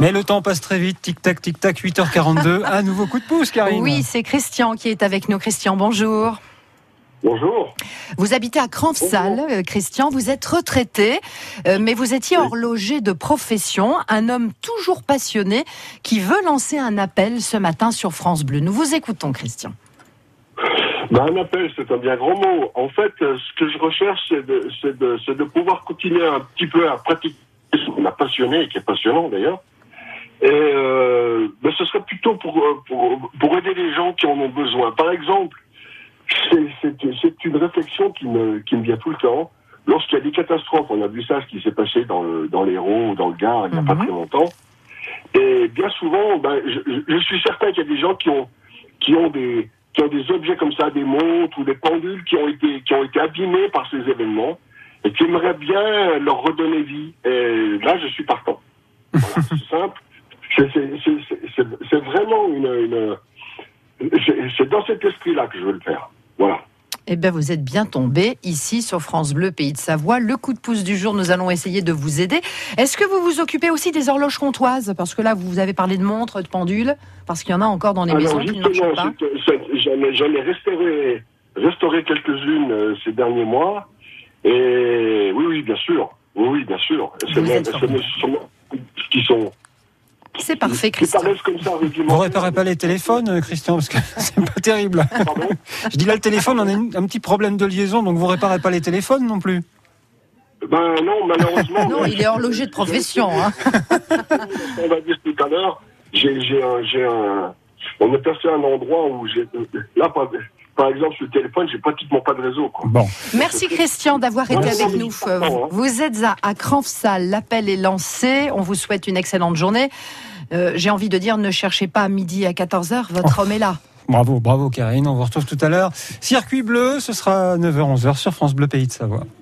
Mais le temps passe très vite, tic-tac, 8h42. Un nouveau coup de pouce, Karine. Oui, c'est Christian qui est avec nous. Christian, bonjour. Bonjour. Vous habitez à Cranfsal, Christian, vous êtes retraité, mais vous étiez horloger de profession, un homme toujours passionné qui veut lancer un appel ce matin sur France Bleu. Nous vous écoutons, Christian. Un appel, c'est un bien grand mot. En fait, ce que je recherche, c'est de pouvoir continuer un petit peu à pratiquer ce qui m'a passionné, et qui est passionnant d'ailleurs. Et ce serait plutôt pour aider les gens qui en ont besoin. Par exemple, c'est une réflexion qui me vient tout le temps. Lorsqu'il y a des catastrophes, on a vu ça, ce qui s'est passé dans l'Hérault ou dans le Gard il n'y a pas très longtemps. Et bien souvent, je suis certain qu'il y a des gens qui ont des objets comme ça, des montres ou des pendules qui ont été abîmés par ces événements et qui aimeraient bien leur redonner vie. Et là, je suis partant. Voilà, c'est simple. C'est vraiment c'est dans cet esprit-là que je veux le faire. Voilà. Eh bien, vous êtes bien tombé ici sur France Bleu, Pays de Savoie. Le coup de pouce du jour, nous allons essayer de vous aider. Est-ce que vous vous occupez aussi des horloges comtoises ? Parce que là, vous avez parlé de montres, de pendules, parce qu'il y en a encore dans les maisons qui ne marchent pas. J'en ai restauré quelques-unes ces derniers mois. Et oui, bien sûr. Oui, bien sûr. C'est parfait, Christian. Vous réparez pas les téléphones, Christian, parce que c'est pas terrible. Pardon ? Je dis là, le téléphone, on a un petit problème de liaison, donc vous réparez pas les téléphones non plus. Non, malheureusement. Non, il est horloger de profession. On va dire tout à l'heure, on est passé à un endroit où là, par exemple, sur le téléphone, j'ai pratiquement pas de réseau, quoi. Bon. Merci Christian d'avoir été avec nous. Vous êtes à Cranfsal, l'appel est lancé. On vous souhaite une excellente journée. J'ai envie de dire, ne cherchez pas à midi à 14h, votre homme est là. Bravo Karine, on vous retrouve tout à l'heure. Circuit bleu, ce sera 9h-11h sur France Bleu Pays de Savoie.